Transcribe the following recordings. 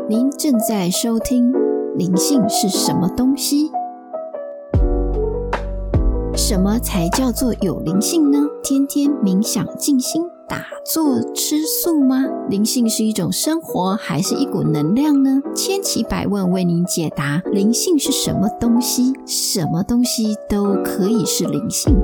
您正在收听灵性是什么东西？什么才叫做有灵性呢？天天冥想静心打坐吃素吗？灵性是一种生活还是一股能量呢？千奇百问为您解答，灵性是什么东西？什么东西都可以是灵性。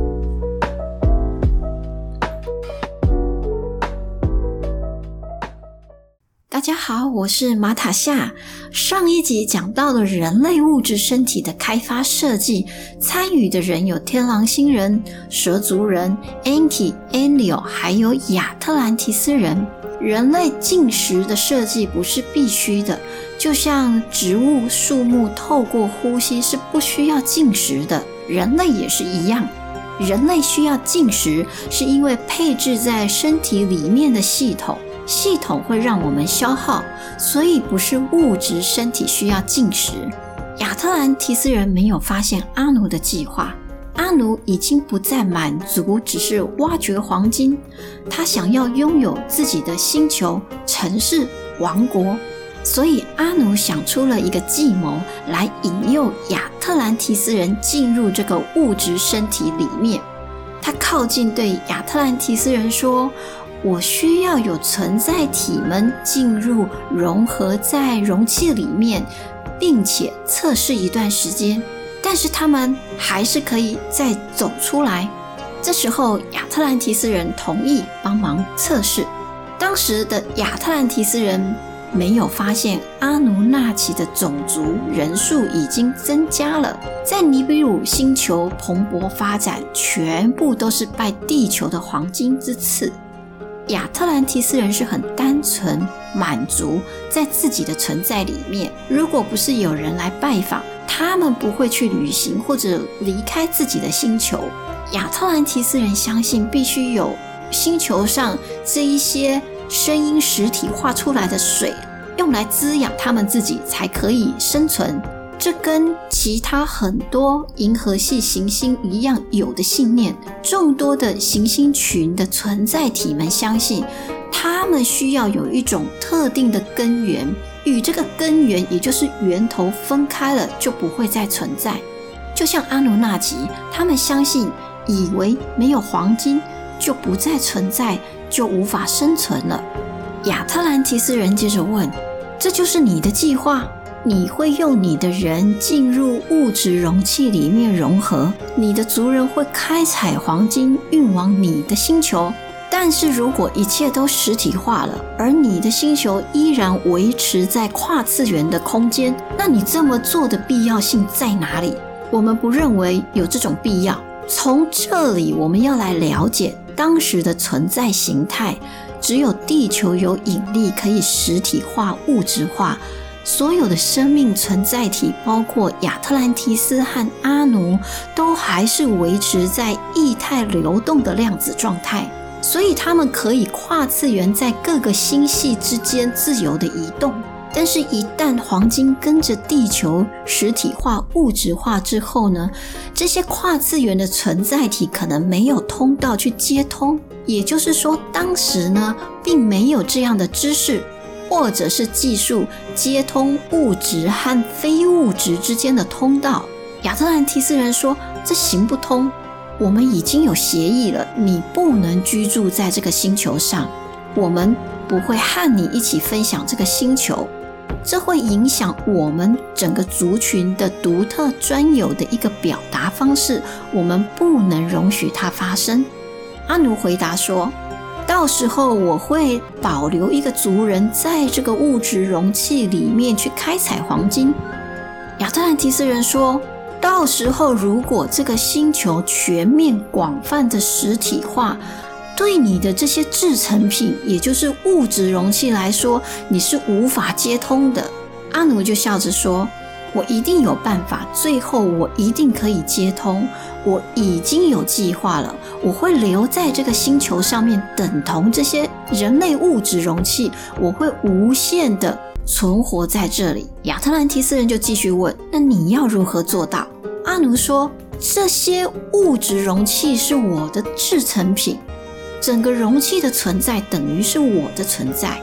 大家好，我是马塔夏。上一集讲到了人类物质身体的开发设计，参与的人有天狼星人、蛇族人、Enki、Enlil 还有亚特兰提斯人。人类进食的设计不是必须的，就像植物、树木透过呼吸是不需要进食的，人类也是一样。人类需要进食，是因为配置在身体里面的系统会让我们消耗，所以不是物质身体需要进食。亚特兰提斯人没有发现阿努的计划，阿努已经不再满足只是挖掘黄金，他想要拥有自己的星球、城市、王国，所以阿努想出了一个计谋来引诱亚特兰提斯人进入这个物质身体里面。他靠近对亚特兰提斯人说，我需要有存在体们进入融合在容器里面，并且测试一段时间，但是他们还是可以再走出来。这时候亚特兰提斯人同意帮忙测试。当时的亚特兰提斯人没有发现阿努纳奇的种族人数已经增加了，在尼比鲁星球蓬勃发展，全部都是拜地球的黄金之赐。亚特兰提斯人是很单纯满足在自己的存在里面，如果不是有人来拜访，他们不会去旅行或者离开自己的星球。亚特兰提斯人相信必须有星球上这一些声音实体化出来的水，用来滋养他们自己才可以生存。这跟其他很多银河系行星一样有的信念，众多的行星群的存在体们相信，他们需要有一种特定的根源，与这个根源也就是源头分开了，就不会再存在。就像阿努纳奇，他们相信，以为没有黄金就不再存在，就无法生存了。亚特兰提斯人接着问，这就是你的计划？你会用你的人进入物质容器里面融合，你的族人会开采黄金运往你的星球，但是如果一切都实体化了，而你的星球依然维持在跨次元的空间，那你这么做的必要性在哪里？我们不认为有这种必要。从这里我们要来了解当时的存在形态，只有地球有引力可以实体化物质化，所有的生命存在体包括亚特兰提斯和阿努都还是维持在液态流动的量子状态，所以他们可以跨次元在各个星系之间自由的移动。但是一旦黄金跟着地球实体化物质化之后呢，这些跨次元的存在体可能没有通道去接通，也就是说当时呢并没有这样的知识或者是技术接通物质和非物质之间的通道。亚特兰提斯人说，这行不通，我们已经有协议了，你不能居住在这个星球上，我们不会和你一起分享这个星球，这会影响我们整个族群的独特专有的一个表达方式，我们不能容许它发生。阿努回答说，到时候我会保留一个族人在这个物质容器里面去开采黄金。亚特兰提斯人说，到时候如果这个星球全面广泛的实体化，对你的这些制成品，也就是物质容器来说，你是无法接通的。阿努就笑着说，我一定有办法，最后我一定可以接通，我已经有计划了，我会留在这个星球上面，等同这些人类物质容器，我会无限的存活在这里。亚特兰提斯人就继续问，那你要如何做到？阿努说，这些物质容器是我的制成品，整个容器的存在等于是我的存在，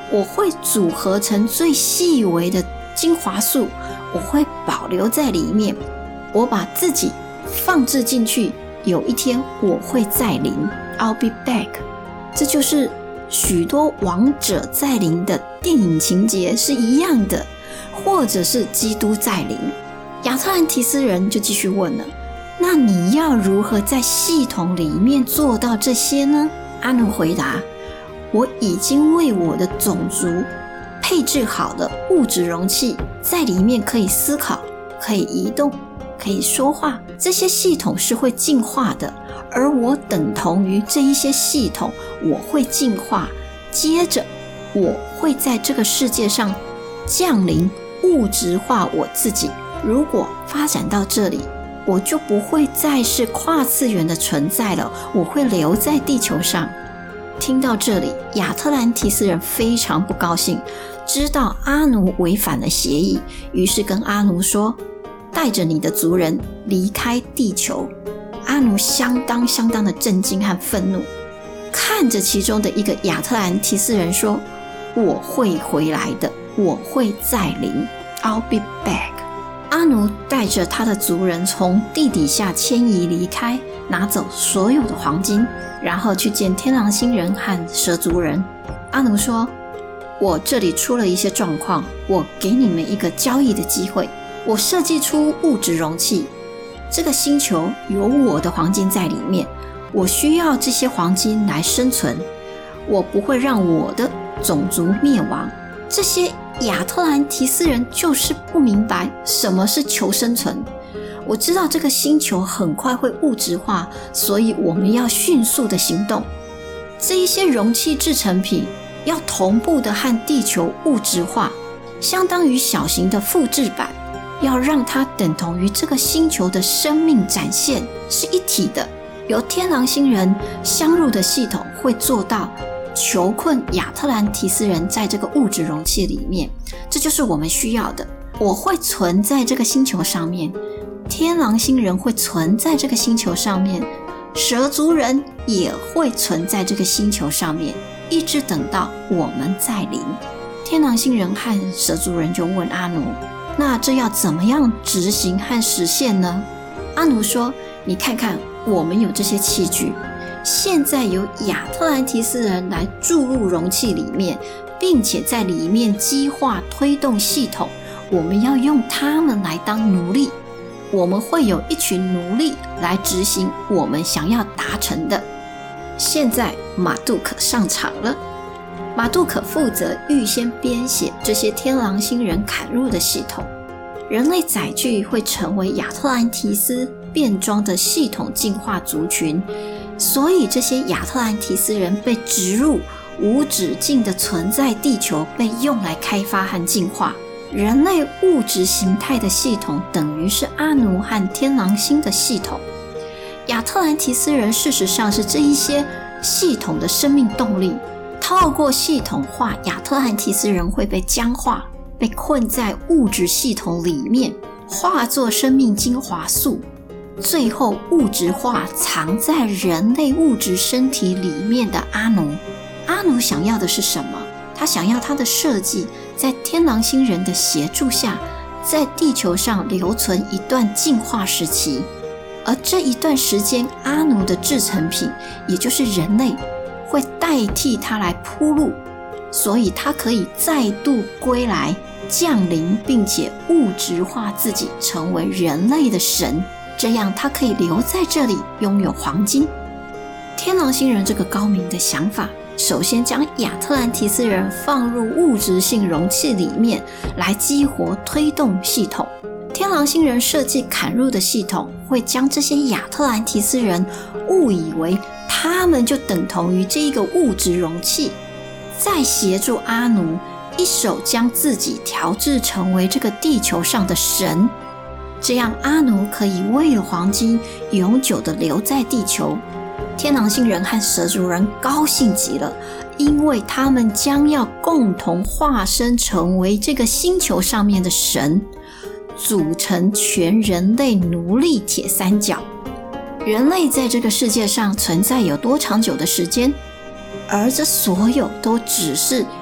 我会组合成最细微的精华素，我会保留在里面，我把自己放置进去，有一天我会再临 I'll be back。 这就是许多王者再临的电影情节是一样的，或者是基督再临。亚特兰提斯人就继续问了，那你要如何在系统里面做到这些呢？阿努回答，我已经为我的种族配置好了物质容器，在里面可以思考，可以移动，可以说话，这些系统是会进化的，而我等同于这一些系统，我会进化，接着我会在这个世界上降临，物质化我自己。如果发展到这里，我就不会再是跨次元的存在了，我会留在地球上。听到这里，亚特兰提斯人非常不高兴，知道阿努违反了协议，于是跟阿努说，带着你的族人离开地球。阿努相当的震惊和愤怒，看着其中的一个亚特兰提斯人说，我会回来的，我会再临 I'll be back。 阿努带着他的族人从地底下迁移离开，拿走所有的黄金，然后去见天狼星人和蛇族人。阿努说，我这里出了一些状况，我给你们一个交易的机会。我设计出物质容器，这个星球有我的黄金在里面，我需要这些黄金来生存，我不会让我的种族灭亡。这些亚特兰提斯人就是不明白什么是求生存。我知道这个星球很快会物质化，所以我们要迅速的行动。这一些容器制成品要同步的和地球物质化，相当于小型的复制版，要让它等同于这个星球的生命展现，是一体的。由天狼星人相入的系统会做到囚困亚特兰提斯人在这个物质容器里面，这就是我们需要的。我会存在这个星球上面，天狼星人会存在这个星球上面，蛇族人也会存在这个星球上面，一直等到我们再临。天狼星人和蛇族人就问阿努，那这要怎么样执行和实现呢？阿努说，你看看我们有这些器具，现在由亚特兰提斯人来注入容器里面，并且在里面激化推动系统，我们要用他们来当奴隶，我们会有一群奴隶来执行我们想要达成的。现在马杜可上场了，马杜可负责预先编写这些天狼星人砍入的系统，人类载具会成为亚特兰提斯变装的系统进化族群，所以这些亚特兰提斯人被植入无止境的存在地球，被用来开发和进化。人类物质形态的系统等于是阿努和天狼星的系统，亚特兰提斯人事实上是这一些系统的生命动力。透过系统化，亚特兰提斯人会被僵化，被困在物质系统里面，化作生命精华素，最后物质化藏在人类物质身体里面的阿努。阿努想要的是什么？他想要他的设计在天狼星人的协助下，在地球上留存一段进化时期，而这一段时间阿努的制成品，也就是人类，会代替他来铺路，所以他可以再度归来降临，并且物质化自己，成为人类的神，这样他可以留在这里拥有黄金。天狼星人这个高明的想法，首先将亚特兰提斯人放入物质性容器里面来激活推动系统。天狼星人设计砍入的系统，会将这些亚特兰提斯人误以为他们就等同于这一个物质容器，再协助阿努一手将自己调制成为这个地球上的神，这样阿努可以为了黄金永久的留在地球。天狼星人和蛇族人高兴极了，因为他们将要共同化身成为这个星球上面的神，组成全人类奴隶铁三角。人类在这个世界上存在有多长久的时间？而这所有都只是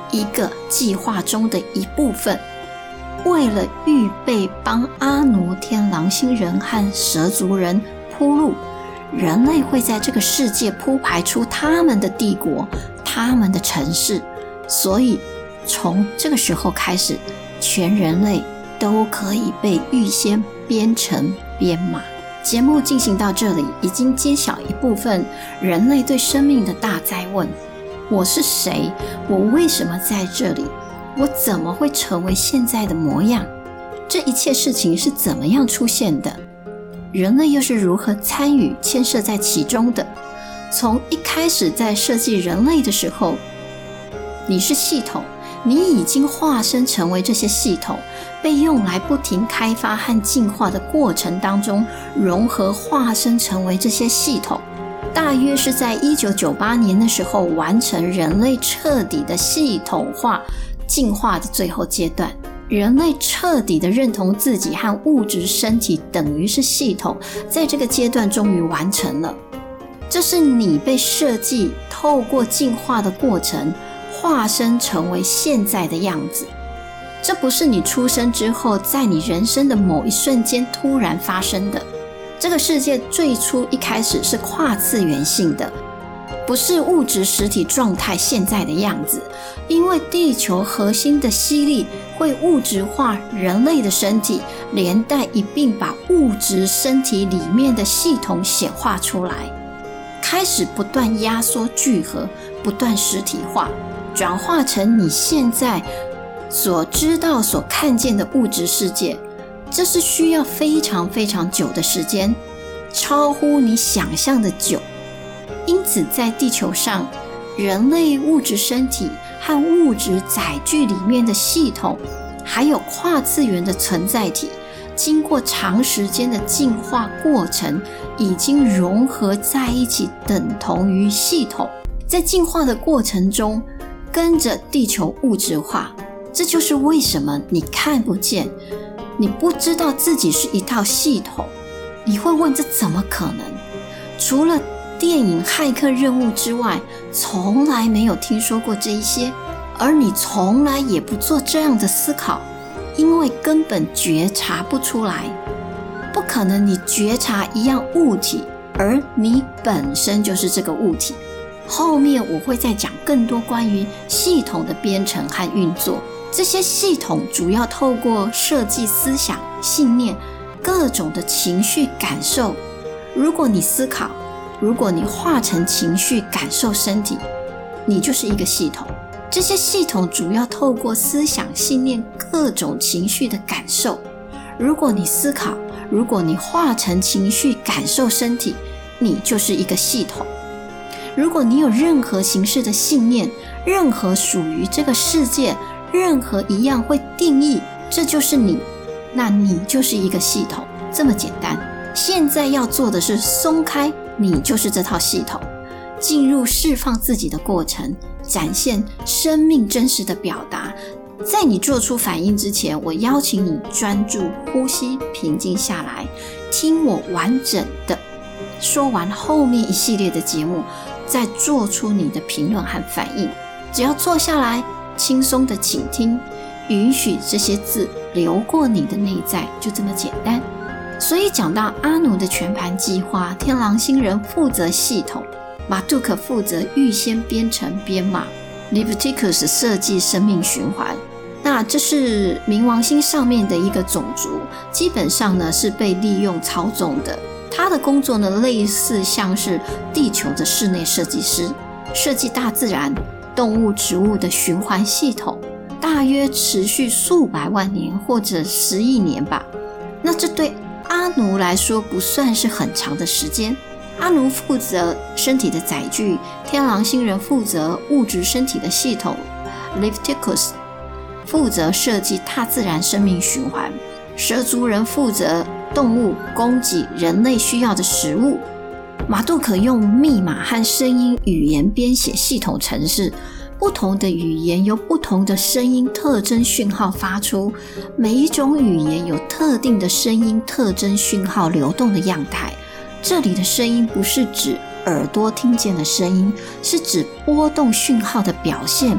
一个计划中的一部分。为了预备帮阿努天狼星人和蛇族人铺路，人类会在这个世界铺排出他们的帝国，他们的城市。所以从这个时候开始，全人类都可以被预先编程编码。节目进行到这里，已经揭晓一部分人类对生命的大哉问：我是谁？我为什么在这里？我怎么会成为现在的模样？这一切事情是怎么样出现的？人类又是如何参与牵涉在其中的？从一开始在设计人类的时候，你是系统，你已经化身成为这些系统，被用来不停开发和进化的过程当中融合化身成为这些系统。大约是在1998年的时候完成人类彻底的系统化进化的最后阶段。人类彻底的认同自己和物质身体等于是系统，在这个阶段终于完成了。这是你被设计透过进化的过程化身成为现在的样子。这不是你出生之后在你人生的某一瞬间突然发生的。这个世界最初一开始是跨次元性的，不是物质实体状态现在的样子。因为地球核心的吸力会物质化人类的身体，连带一并把物质身体里面的系统显化出来，开始不断压缩聚合，不断实体化，转化成你现在所知道所看见的物质世界。这是需要非常非常久的时间，超乎你想象的久。因此在地球上，人类物质身体和物质载具里面的系统，还有跨次元的存在体，经过长时间的进化过程，已经融合在一起，等同于系统。在进化的过程中，跟着地球物质化。这就是为什么你看不见，你不知道自己是一套系统。你会问，这怎么可能？除了电影《骇客任务》之外，从来没有听说过这一些，而你从来也不做这样的思考，因为根本觉察不出来。不可能你觉察一样物体，而你本身就是这个物体。后面我会再讲更多关于系统的编程和运作。这些系统主要透过设计思想、信念、各种的情绪感受。如果你思考，如果你化成情绪感受身体，你就是一个系统。这些系统主要透过思想、信念、各种情绪的感受。如果你思考，如果你化成情绪感受身体，你就是一个系统。如果你有任何形式的信念，任何属于这个世界，任何一样会定义这就是你，那你就是一个系统，这么简单。现在要做的是松开，你就是这套系统，进入释放自己的过程，展现生命真实的表达。在你做出反应之前，我邀请你专注呼吸，平静下来，听我完整的说完后面一系列的节目，再做出你的评论和反应。只要坐下来，轻松的倾听，允许这些字流过你的内在，就这么简单。所以讲到阿努的全盘计划，天狼星人负责系统，马杜克负责预先编程编码， Leviticus 设计生命循环。那这是冥王星上面的一个种族，基本上呢是被利用操纵的。他的工作呢类似像是地球的室内设计师，设计大自然动物植物的循环系统，大约持续数百万年或者10亿年吧。那这对阿努来说不算是很长的时间。阿努负责身体的载具，天狼星人负责物质身体的系统， Leviticus 负责设计大自然生命循环，蛇族人负责动物供给人类需要的食物。马杜可用密码和声音语言编写系统程式，不同的语言由不同的声音特征讯号发出，每一种语言有特定的声音特征讯号流动的样态。这里的声音不是指耳朵听见的声音，是指波动讯号的表现，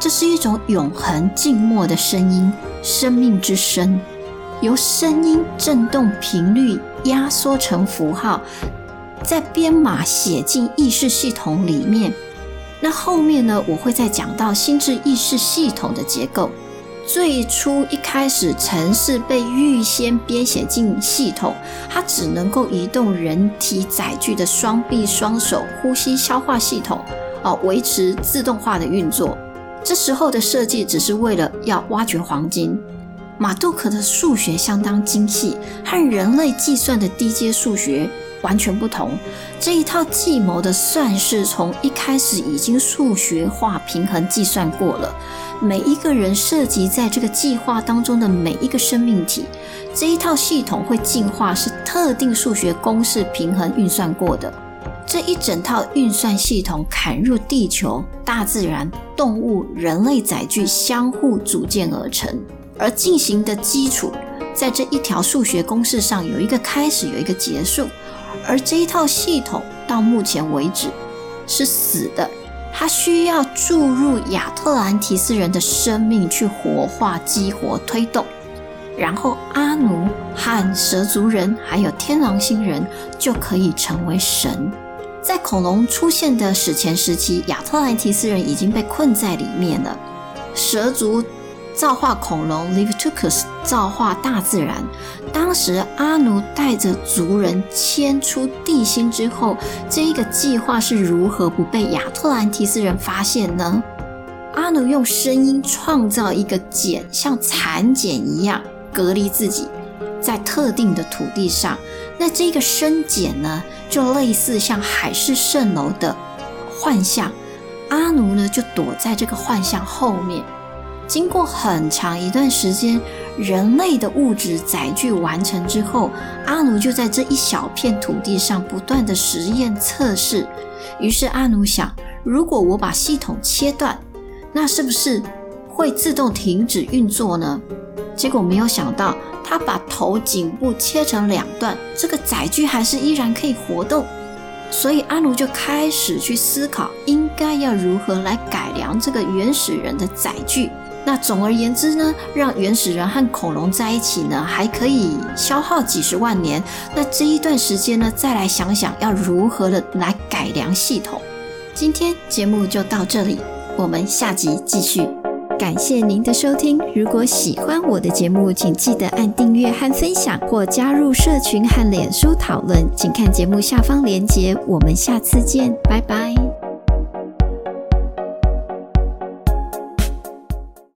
这是一种永恒静默的声音，生命之声，由声音振动频率压缩成符号，在编码写进意识系统里面。那后面呢，我会再讲到心智意识系统的结构。最初一开始程式被预先编写进系统，它只能够移动人体载具的双臂、双手、呼吸、消化系统，维持自动化的运作。这时候的设计只是为了要挖掘黄金。马杜克的数学相当精细，和人类计算的低阶数学完全不同。这一套计谋的算式从一开始已经数学化平衡计算过了，每一个人涉及在这个计划当中的每一个生命体，这一套系统会进化是特定数学公式平衡运算过的。这一整套运算系统砍入地球、大自然、动物、人类载具相互组建而成，而进行的基础在这一条数学公式上有一个开始，有一个结束。而这一套系统到目前为止是死的，它需要注入亚特兰提斯人的生命去活化、激活、推动，然后阿努和蛇族人还有天狼星人就可以成为神。在恐龙出现的史前时期，亚特兰提斯人已经被困在里面了。蛇族造化恐龙 Leviticus 造化大自然。当时阿努带着族人迁出地心之后，这一个计划是如何不被亚特兰提斯人发现呢？阿努用声音创造一个茧，像蚕茧一样隔离自己在特定的土地上。那这个生茧呢，就类似像海市蜃楼的幻象。阿努呢，就躲在这个幻象后面。经过很长一段时间，人类的物质载具完成之后，阿努就在这一小片土地上不断的实验测试。于是阿努想，如果我把系统切断，那是不是会自动停止运作呢？结果没有想到，他把头颈部切成2段，这个载具还是依然可以活动。所以阿努就开始去思考，应该要如何来改良这个原始人的载具。那总而言之呢，让原始人和恐龙在一起呢，还可以消耗几十万年。那这一段时间呢，再来想想要如何的来改良系统。今天节目就到这里，我们下集继续。感谢您的收听，如果喜欢我的节目，请记得按订阅和分享，或加入社群和脸书讨论，请看节目下方连结。我们下次见，拜拜。